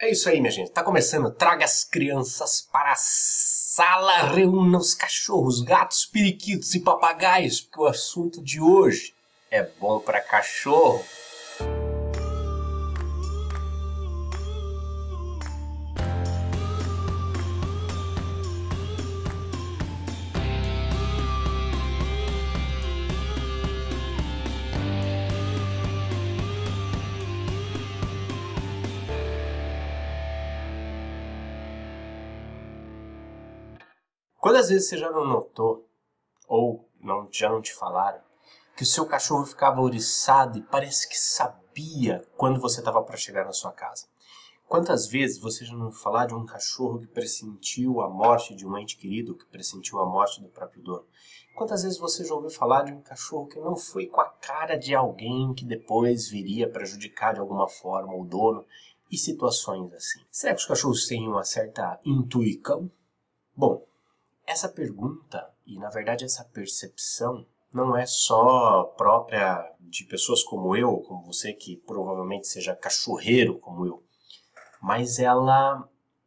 É isso aí, minha gente. Tá começando. Traga as crianças para a sala, reúna os cachorros, gatos, periquitos e papagaios, porque o assunto de hoje é bom para cachorro. Quantas vezes você já não notou, ou já não te falaram, que o seu cachorro ficava ouriçado e parece que sabia quando você estava para chegar na sua casa? Quantas vezes você já não ouviu falar de um cachorro que pressentiu a morte de um ente querido, que pressentiu a morte do próprio dono? Quantas vezes você já ouviu falar de um cachorro que não foi com a cara de alguém que depois viria prejudicar de alguma forma o dono? E situações assim. Será que os cachorros têm uma certa intuição? Bom, essa pergunta, e na verdade essa percepção, não é só própria de pessoas como eu, como você que provavelmente seja cachorreiro como eu, mas ela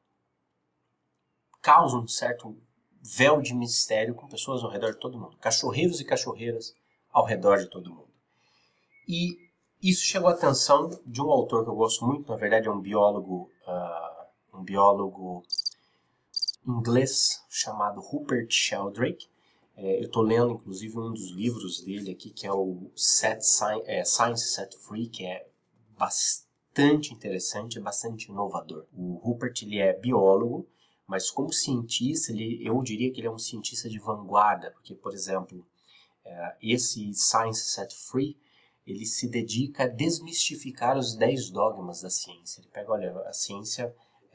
causa um certo véu de mistério com pessoas ao redor de todo mundo, cachorreiros e cachorreiras ao redor de todo mundo. E isso chegou à atenção de um autor que eu gosto muito, na verdade é um biólogo inglês chamado Rupert Sheldrake. Eu estou lendo, inclusive, um dos livros dele aqui, que é o Science Set Free, que é bastante interessante, é bastante inovador. O Rupert ele é biólogo, mas como cientista, eu diria que ele é um cientista de vanguarda, porque, por exemplo, esse Science Set Free, ele se dedica a desmistificar os 10 dogmas da ciência. Ele pega, olha, a ciência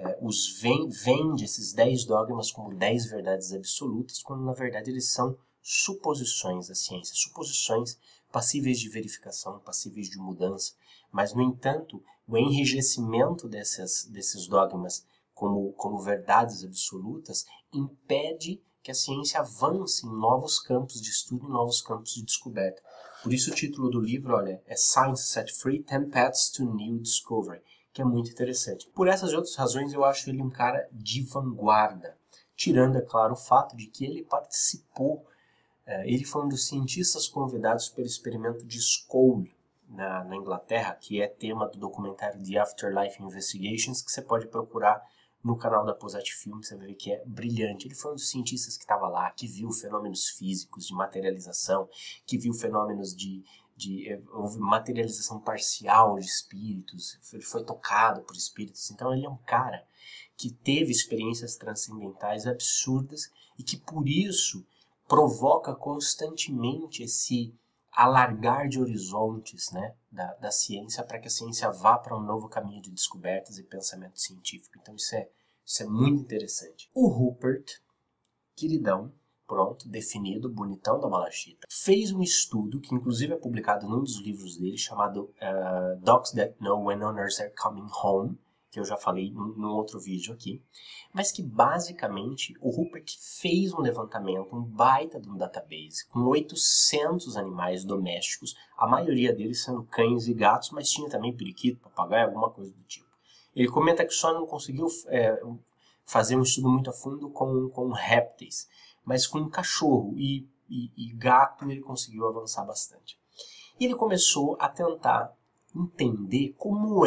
vende esses 10 dogmas como 10 verdades absolutas, quando na verdade eles são suposições da ciência, suposições passíveis de verificação, passíveis de mudança, mas no entanto o enrijecimento desses dogmas como verdades absolutas impede que a ciência avance em novos campos de estudo, em novos campos de descoberta. Por isso o título do livro, olha, é Science Set Free, 10 Paths to New Discovery, que é muito interessante. Por essas e outras razões, eu acho ele um cara de vanguarda, tirando, é claro, o fato de que ele participou, ele foi um dos cientistas convidados pelo experimento de Scole, na Inglaterra, que é tema do documentário The Afterlife Investigations, que você pode procurar no canal da Posat Film, você vai ver que é brilhante. Ele foi um dos cientistas que estava lá, que viu fenômenos físicos de materialização, que viu fenômenos houve materialização parcial de espíritos, ele foi tocado por espíritos. Então ele é um cara que teve experiências transcendentais absurdas e que por isso provoca constantemente esse alargar de horizontes, né, da ciência, para que a ciência vá para um novo caminho de descobertas e pensamento científico. Então isso é muito interessante. O Rupert, queridão, pronto, definido, bonitão da Malachita, fez um estudo que inclusive é publicado num dos livros dele, chamado Dogs That Know When Owners Are Coming Home, que eu já falei num outro vídeo aqui, mas que basicamente o Rupert fez um levantamento, um baita de um database, com 800 animais domésticos, a maioria deles sendo cães e gatos, mas tinha também periquito, papagaio, alguma coisa do tipo. Ele comenta que só não conseguiu fazer um estudo muito a fundo com répteis, mas com cachorro e gato ele conseguiu avançar bastante. E ele começou a tentar entender como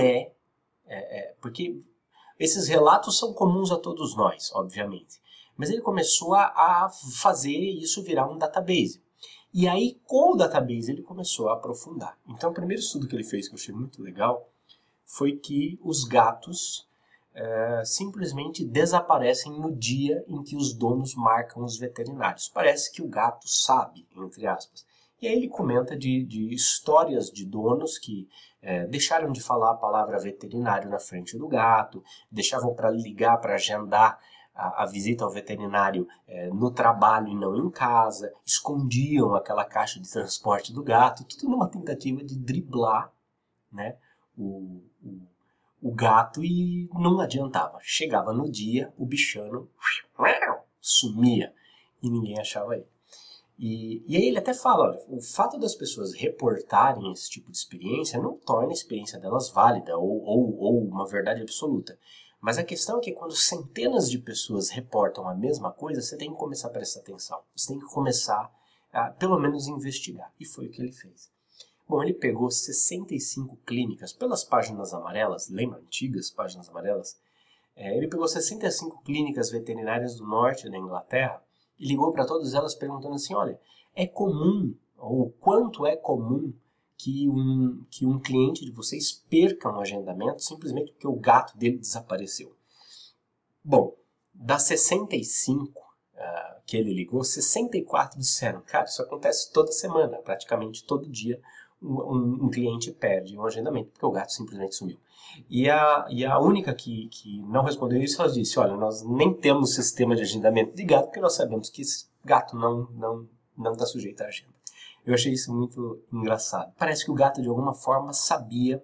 porque esses relatos são comuns a todos nós, obviamente, mas ele começou a fazer isso virar um database. E aí, com o database, ele começou a aprofundar. Então, o primeiro estudo que ele fez, que eu achei muito legal, foi que os gatos simplesmente desaparecem no dia em que os donos marcam os veterinários. Parece que o gato sabe, entre aspas. E aí ele comenta de histórias de donos que deixaram de falar a palavra veterinário na frente do gato, deixavam para ligar, para agendar a visita ao veterinário no trabalho e não em casa, escondiam aquela caixa de transporte do gato, tudo numa tentativa de driblar, né, o gato, e não adiantava. Chegava no dia, o bichano sumia e ninguém achava ele. E aí ele até fala, olha, o fato das pessoas reportarem esse tipo de experiência não torna a experiência delas válida ou uma verdade absoluta. Mas a questão é que quando centenas de pessoas reportam a mesma coisa, você tem que começar a prestar atenção. Você tem que começar a, pelo menos, investigar. E foi o que ele fez. Bom, ele pegou 65 clínicas pelas páginas amarelas, lembra antigas páginas amarelas? Ele pegou 65 clínicas veterinárias do norte da Inglaterra e ligou para todas elas perguntando assim, olha, é comum, ou quanto é comum que um cliente de vocês perca um agendamento simplesmente porque o gato dele desapareceu? Bom, das 65 que ele ligou, 64 disseram, cara, isso acontece toda semana, praticamente todo dia um cliente perde um agendamento porque o gato simplesmente sumiu. E a única que não respondeu isso, ela disse, olha, nós nem temos sistema de agendamento de gato porque nós sabemos que esse gato não está sujeito à agenda. Eu achei isso muito engraçado. Parece que o gato de alguma forma sabia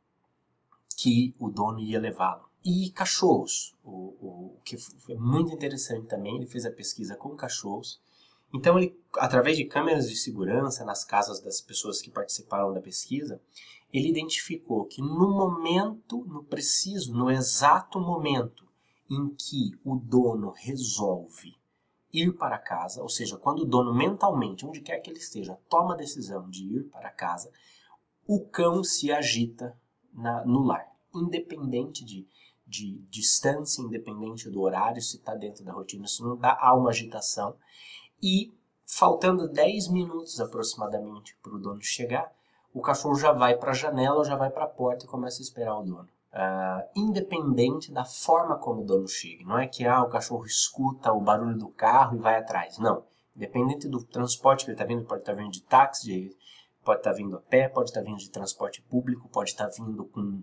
que o dono ia levá-lo. E cachorros, o que foi muito interessante também, ele fez a pesquisa com cachorros. Então, ele, através de câmeras de segurança nas casas das pessoas que participaram da pesquisa, ele identificou que no momento, no preciso, no exato momento em que o dono resolve ir para casa, ou seja, quando o dono mentalmente, onde quer que ele esteja, toma a decisão de ir para casa, o cão se agita no lar, independente de distância, independente do horário, se está dentro da rotina, se não dá, há uma agitação. E faltando 10 minutos aproximadamente para o dono chegar, o cachorro já vai para a janela, já vai para a porta e começa a esperar o dono. Independente da forma como o dono chega. Não é que o cachorro escuta o barulho do carro e vai atrás. Não. Independente do transporte que ele está vindo, pode estar vindo de táxi, pode estar vindo a pé, pode estar vindo de transporte público, pode estar vindo com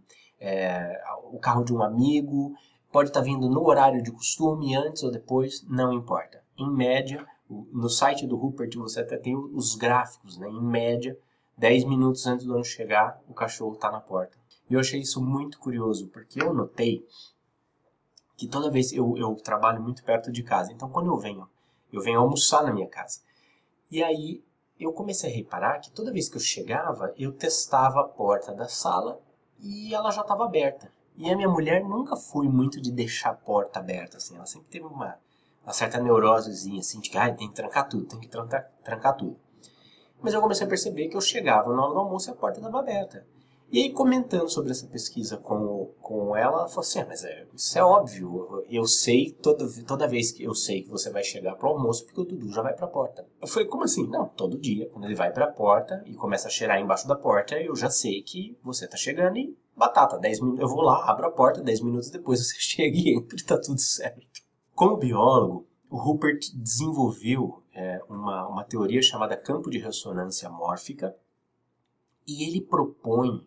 o carro de um amigo, pode estar vindo no horário de costume, antes ou depois, não importa. Em média, no site do Rupert você até tem os gráficos, né? Em média, 10 minutos antes do dono chegar, o cachorro está na porta. E eu achei isso muito curioso, porque eu notei que toda vez eu trabalho muito perto de casa, então quando eu venho almoçar na minha casa. E aí eu comecei a reparar que toda vez que eu chegava, eu testava a porta da sala e ela já estava aberta. E a minha mulher nunca foi muito de deixar a porta aberta, assim, ela sempre teve uma certa neurosezinha, assim, de que tem que trancar tudo, tem que trancar tudo. Mas eu comecei a perceber que eu chegava na hora do almoço e a porta estava aberta. E aí, comentando sobre essa pesquisa com ela falou assim, mas isso é óbvio, eu sei, toda vez que eu sei que você vai chegar para o almoço, porque o Dudu já vai para a porta. Eu falei, como assim? Não, todo dia, quando ele vai para a porta e começa a cheirar embaixo da porta, eu já sei que você está chegando e batata, 10 minutos, eu vou lá, abro a porta, 10 minutos depois você chega e entra e está tudo certo. Como biólogo, o Rupert desenvolveu uma teoria chamada campo de ressonância mórfica e ele propõe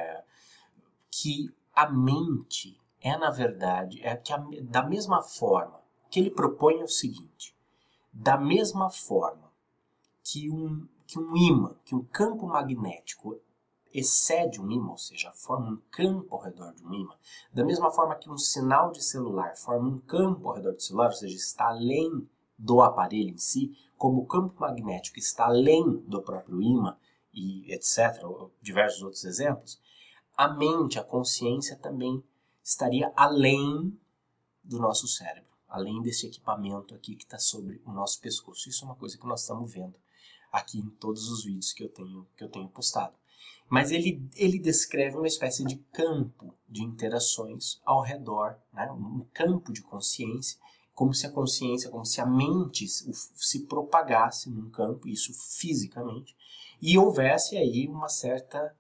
que a mente na verdade, da mesma forma, que ele propõe o seguinte, da mesma forma que um ímã, que um campo magnético excede um ímã, ou seja, forma um campo ao redor de um ímã, da mesma forma que um sinal de celular forma um campo ao redor do celular, ou seja, está além do aparelho em si, como o campo magnético está além do próprio ímã, e etc., diversos outros exemplos, a mente, a consciência também estaria além do nosso cérebro, além desse equipamento aqui que está sobre o nosso pescoço. Isso é uma coisa que nós estamos vendo aqui em todos os vídeos que eu tenho postado. Mas ele descreve uma espécie de campo de interações ao redor, né? Um campo de consciência, como se a consciência, como se a mente se propagasse num campo, isso fisicamente, e houvesse aí uma certa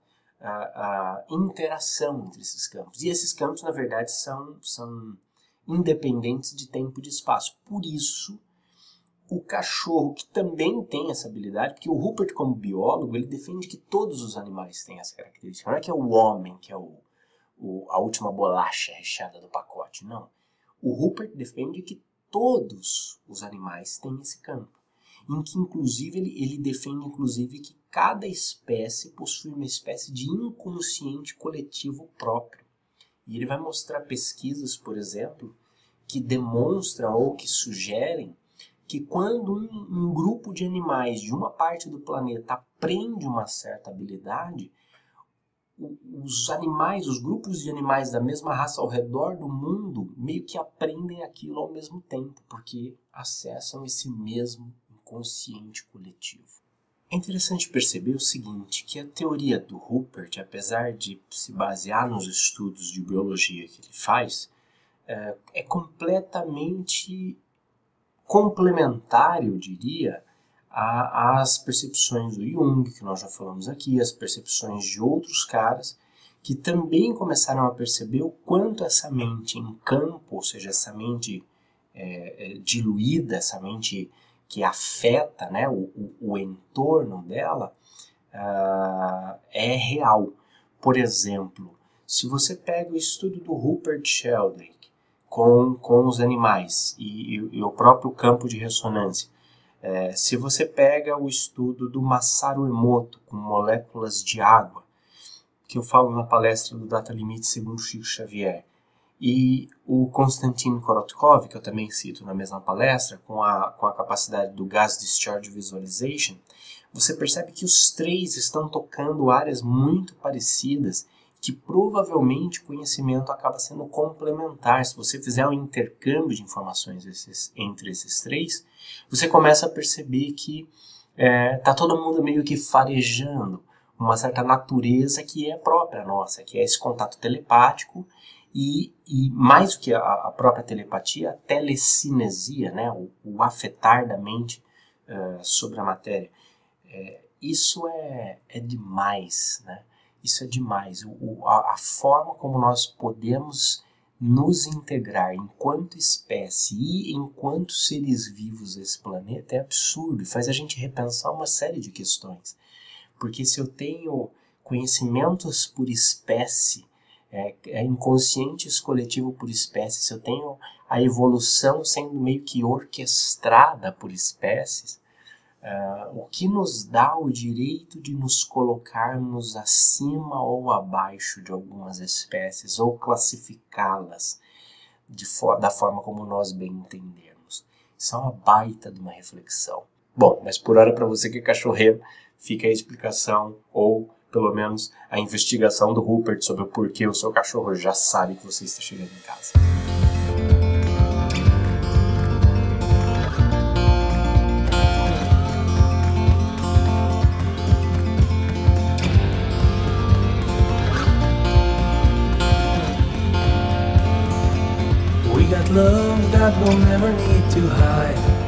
interação entre esses campos. E esses campos, na verdade, são independentes de tempo e de espaço. Por isso, o cachorro, que também tem essa habilidade, porque o Rupert, como biólogo, ele defende que todos os animais têm essa característica. Não é que é o homem que é a última bolacha recheada do pacote, não. O Rupert defende que todos os animais têm esse campo. Em que, inclusive, ele defende, inclusive, que cada espécie possui uma espécie de inconsciente coletivo próprio. E ele vai mostrar pesquisas, por exemplo, que demonstram ou que sugerem que quando um grupo de animais de uma parte do planeta aprende uma certa habilidade, os grupos de animais da mesma raça ao redor do mundo meio que aprendem aquilo ao mesmo tempo, porque acessam esse mesmo inconsciente coletivo. É interessante perceber o seguinte, que a teoria do Ruppert, apesar de se basear nos estudos de biologia que ele faz, é completamente complementar, eu diria, às percepções do Jung, que nós já falamos aqui, as percepções de outros caras que também começaram a perceber o quanto essa mente em campo, ou seja, essa mente diluída, essa mente que afeta, né, o entorno dela, é real. Por exemplo, se você pega o estudo do Rupert Sheldrake com os animais e o próprio campo de ressonância, se você pega o estudo do Masaru Emoto com moléculas de água, que eu falo na palestra do Data Limite segundo Chico Xavier, e o Konstantin Korotkov, que eu também cito na mesma palestra, com a capacidade do Gas Discharge Visualization, você percebe que os três estão tocando áreas muito parecidas, que provavelmente o conhecimento acaba sendo complementar. Se você fizer um intercâmbio de informações entre esses três, você começa a perceber que está todo mundo meio que farejando uma certa natureza que é própria nossa, que é esse contato telepático e mais do que a própria telepatia, a telecinesia, né? o afetar da mente sobre a matéria. Isso é demais, né? Isso é demais. A forma como nós podemos nos integrar enquanto espécie e enquanto seres vivos desse planeta é absurdo e faz a gente repensar uma série de questões. Porque se eu tenho conhecimentos por espécie, inconscientes coletivo por espécie, se eu tenho a evolução sendo meio que orquestrada por espécies, o que nos dá o direito de nos colocarmos acima ou abaixo de algumas espécies ou classificá-las da forma como nós bem entendemos. Isso é uma baita de uma reflexão. Bom, mas por hora para você que é cachorreiro, fica a explicação ou pelo menos a investigação do Ruppert sobre o porquê o seu cachorro já sabe que você está chegando em casa. We got love that we'll never need to hide.